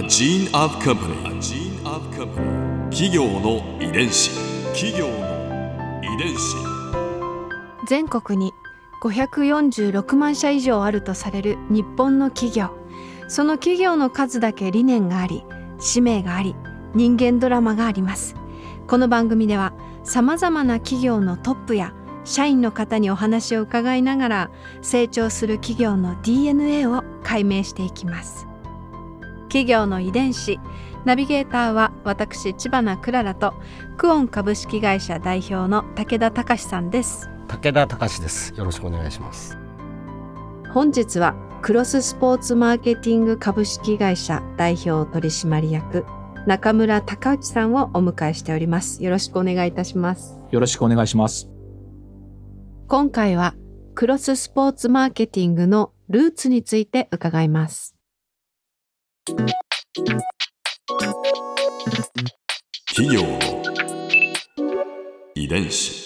gene of company. A gene of company. 企業の遺伝子。企業の遺伝子。 全国に546万社以上あるとされる日本の企業。その企業の数だけ理念があり、使命があり、人間ドラマがあります。この番組ではさまざまな企業のトップや社員の方にお話を伺いながら、成長する企業の DNA を解明していきます。企業の遺伝子、ナビゲーターは私知花くららと、クオン株式会社代表の武田隆さんです。 武田隆です。よろしくお願いします。 本日はクロススポーツマーケティング株式会社代表取締役中村隆内さんをお迎えしております。よろしくお願いいたします。 よろしくお願いします。 今回はクロススポーツマーケティングのルーツについて伺います。 企業の遺伝子。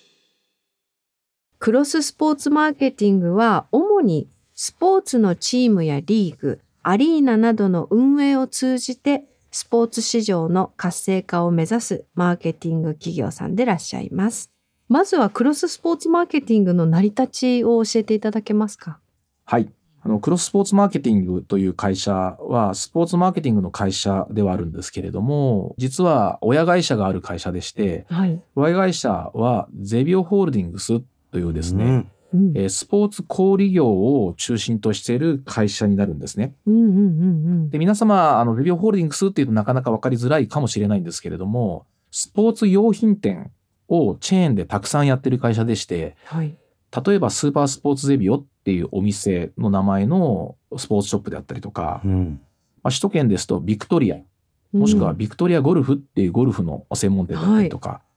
クロススポーツマーケティングは主にスポーツのチームやリーグ、アリーナなどの運営を通じてスポーツ市場の活性化を目指すマーケティング企業さんでいらっしゃいます。まずはクロススポーツマーケティングの成り立ちを教えていただけますか？ はい。クロススポーツマーケティングという会社はスポーツマーケティングの会社ではあるんですけれども、実は親会社がある会社でして、はい、親会社はゼビオホールディングスというですね、スポーツ小売業を中心としている会社になるんですね。で、皆様ゼビオホールディングスっていうとなかなか分かりづらいかもしれないんですけれども、スポーツ用品店をチェーンでたくさんやってる会社でして、はい、例えばスーパースポーツゼビオっていうお店の名前のスポーツショップであったりとか、首都圏ですとビクトリア、もしくはビクトリアゴルフっていうゴルフの専門店だったりとか、はい、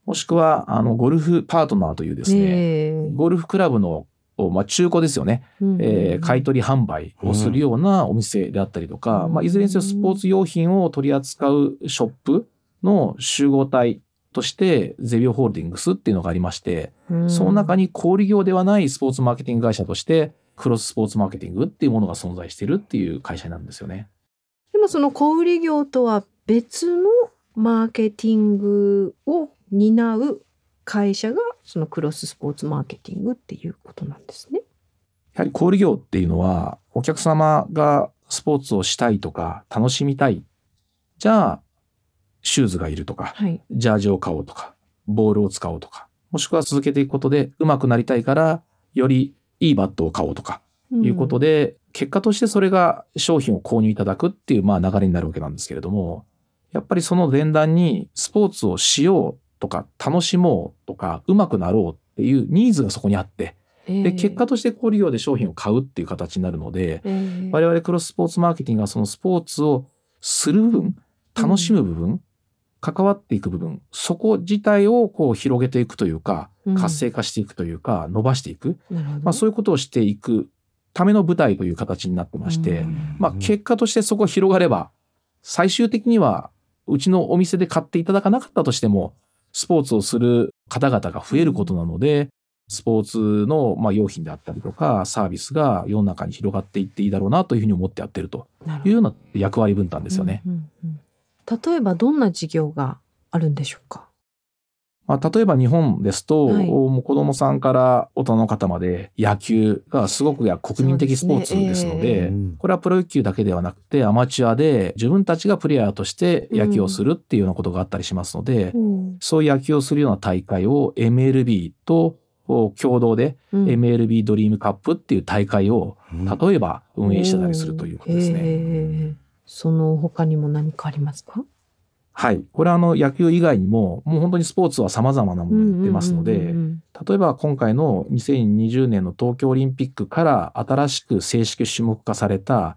もしくはゴルフパートナーというですね、ゴルフクラブの、中古ですよね、買い取り販売をするようなお店であったりとか、いずれにせよスポーツ用品を取り扱うショップの集合体としてゼビオホールディングスっていうのがありまして、その中に小売業ではないスポーツマーケティング会社としてクロススポーツマーケティングっていうものが存在しているっていう会社なんですよね。 でもその小売業とは別のマーケティングを担う会社がそのクロススポーツマーケティングっていうことなんですね。 やはり小売業っていうのはお客様がスポーツをしたいとか楽しみたい、じゃあシューズがいるとか、はい、ジャージを買おうとか、ボールを使おうとか、もしくは続けていくことで上手くなりたいからよりいいバットを買おうとかいうことで、結果としてそれが商品を購入いただくっていう流れになるわけなんですけれども、やっぱりその前段にスポーツをしようとか楽しもうとか上手くなろうっていうニーズがそこにあって、で結果として小売業で商品を買うっていう形になるので、我々クロススポーツマーケティングはそのスポーツをする部分、楽しむ部分、関わっていく部分、そこ自体を広げていくというか、活性化していくというか、伸ばしていく、そういうことをしていくための舞台という形になってまして、結果としてそこが広がれば、最終的にはうちのお店で買っていただかなかったとしても、スポーツをする方々が増えることなので、スポーツの用品であったりとかサービスが世の中に広がっていっていいだろうなというふうに思ってやっているというような役割分担ですよね。 例えばどんな事業があるんでしょうか？ 例えば日本ですと、もう子どもさんから大人の方まで野球がすごく国民的スポーツですので、これはプロ野球だけではなくてアマチュアで自分たちがプレイヤーとして野球をするっていうようなことがあったりしますので、そういう野球をするような大会を MLB と共同で MLB ドリームカップっていう大会を例えば運営してたりするということですね。 その他にも何かありますか？ はい。これは野球以外にも、もう本当にスポーツは様々なものをやってますので、例えば今回の2020年の東京オリンピックから新しく正式種目化された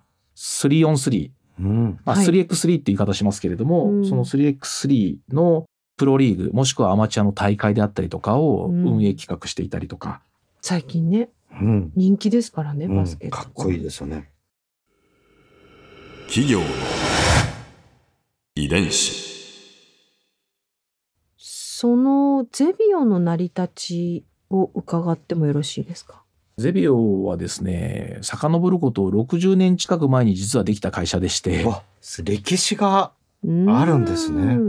3on3、3x3 って言い方しますけれども、その 3x3 のプロリーグ、もしくはアマチュアの大会であったりとかを運営企画していたりとか。 最近ね、人気ですからね、バスケット。 かっこいいですよね。 企業の遺伝子。 そのゼビオの成り立ちを伺ってもよろしいですか？ ゼビオはですね、遡ることを60年近く前に実はできた会社でして、 歴史があるんですね。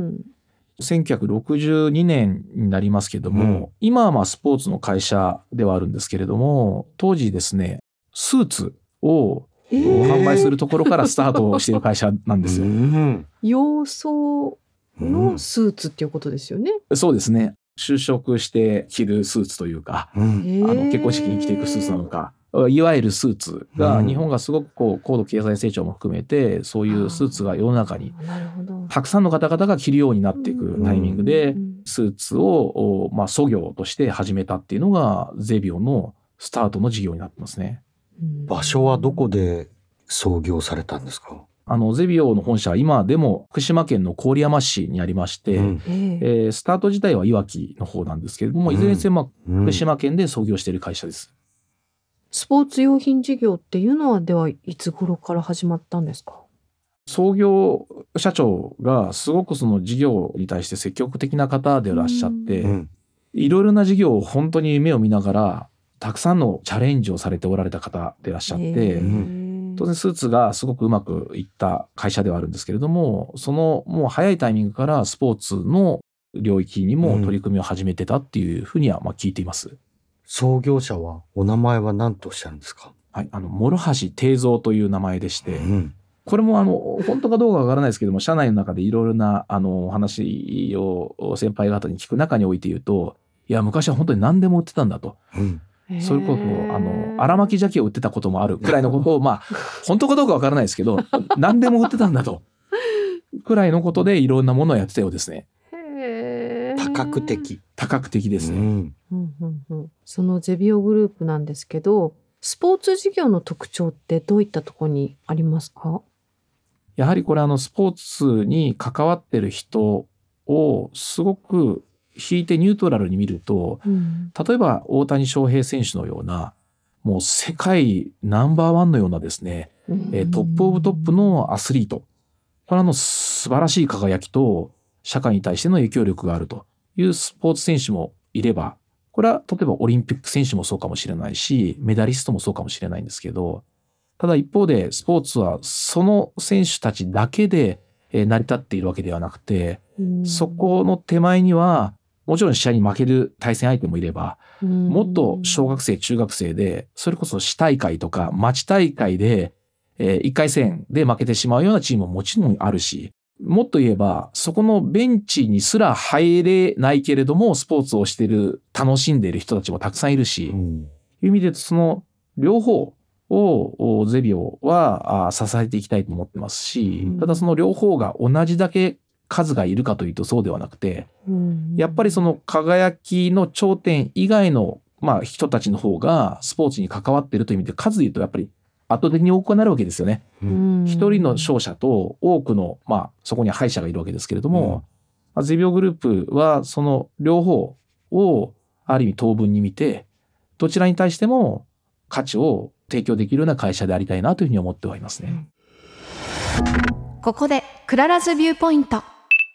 1962年になりますけども、今はスポーツの会社ではあるんですけれども、当時ですね、スーツを販売するところからスタートをしている会社なんですよ。 洋装のスーツっていうことですよね。 そうですね。就職して着るスーツというか、結婚式に着ていくスーツなのか、いわゆるスーツが、日本がすごく高度経済成長も含めて、そういうスーツが世の中にたくさんの方々が着るようになっていくタイミングで、スーツを創業として始めたっていうのがゼビオのスタートの事業になってますね。 場所はどこで創業されたんですか？ ゼビオの本社は今でも福島県の郡山市にありまして、スタート自体はいわきの方なんですけれども、いずれにせよ福島県で創業している会社です。 スポーツ用品事業っていうのはではいつ頃から始まったんですか？ 創業社長がすごくその事業に対して積極的な方でいらっしゃって、いろいろな事業を本当に夢を見ながらたくさんのチャレンジをされておられた方でいらっしゃって、当然スーツがすごくうまくいった会社ではあるんですけれども、そのもう早いタイミングからスポーツの領域にも取り組みを始めてたっていうふうには聞いています。 創業者はお名前は何とおっしゃるんですか？ はい、諸橋定三という名前でして、これも本当かどうかわからないですけども、社内の中でいろいろな話を先輩方に聞く中において言うと、いや昔は本当に何でも売ってたんだと。それこそ荒巻鮭を売ってたこともあるくらいのことを本当かどうかわからないですけど何でも売ってたんだとくらいのことでいろんなものをやってたようですね。 多角的ですね。 そのゼビオグループなんですけど、スポーツ事業の特徴ってどういったところにありますか？ やはりこれスポーツに関わってる人をすごく引いてニュートラルに見ると、例えば大谷翔平選手のようなもう世界ナンバーワンのようなですね、トップオブトップのアスリート、これ素晴らしい輝きと社会に対しての影響力があるというスポーツ選手もいれば、これは例えばオリンピック選手もそうかもしれないし、メダリストもそうかもしれないんですけど、ただ一方でスポーツはその選手たちだけで成り立っているわけではなくて、そこの手前にはもちろん試合に負ける対戦相手もいれば、もっと小学生中学生でそれこそ市大会とか町大会で1回戦で負けてしまうようなチームももちろんあるし、もっと言えばそこのベンチにすら入れないけれどもスポーツをしてる楽しんでいる人たちもたくさんいるし、いう意味で言うとその両方をゼビオは支えていきたいと思ってますし、ただその両方が同じだけ数がいるかというとそうではなくて、やっぱりその輝きの頂点以外の人たちの方がスポーツに関わっているという意味で数で言うとやっぱり圧倒的に多くなるわけですよね。一人の勝者と多くのそこには敗者がいるわけですけれども、ゼビオグループはその両方をある意味等分に見て、どちらに対しても価値を提供できるような会社でありたいなというふうに思ってはいますね。 ここでクララズビューポイント。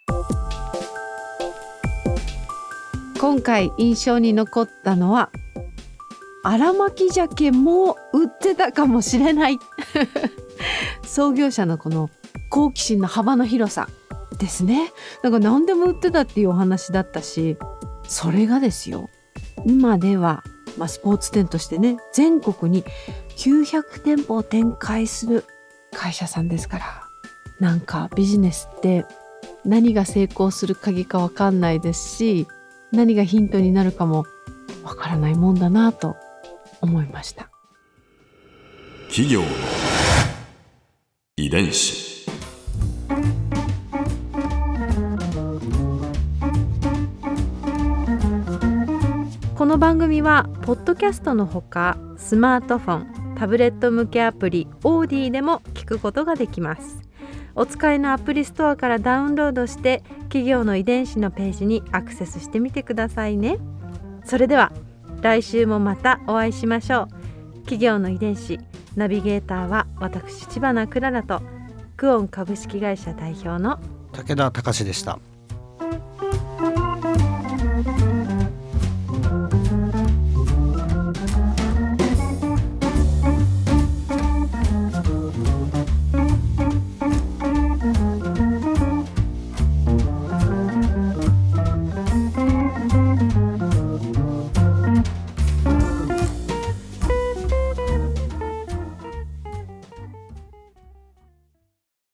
今回印象に残ったのは荒巻鮭も売ってたかもしれない創業者のこの好奇心の幅の広さですね。何でも売ってたっていうお話だったし、それがですよ、今ではスポーツ店としてね、全国に900店舗を展開する会社さんですから、ビジネスって何が成功する鍵か分かんないですし、何がヒントになるかも分からないもんだなと思いました。 企業の遺伝子。 この番組はポッドキャストのほか、スマートフォン、タブレット向けアプリオーディでも聞くことができます。お使いのアプリストアからダウンロードして企業の遺伝子のページにアクセスしてみてくださいね。それでは来週もまたお会いしましょう。企業の遺伝子ナビゲーターは私、知花くららとクオン株式会社代表の武田隆でした。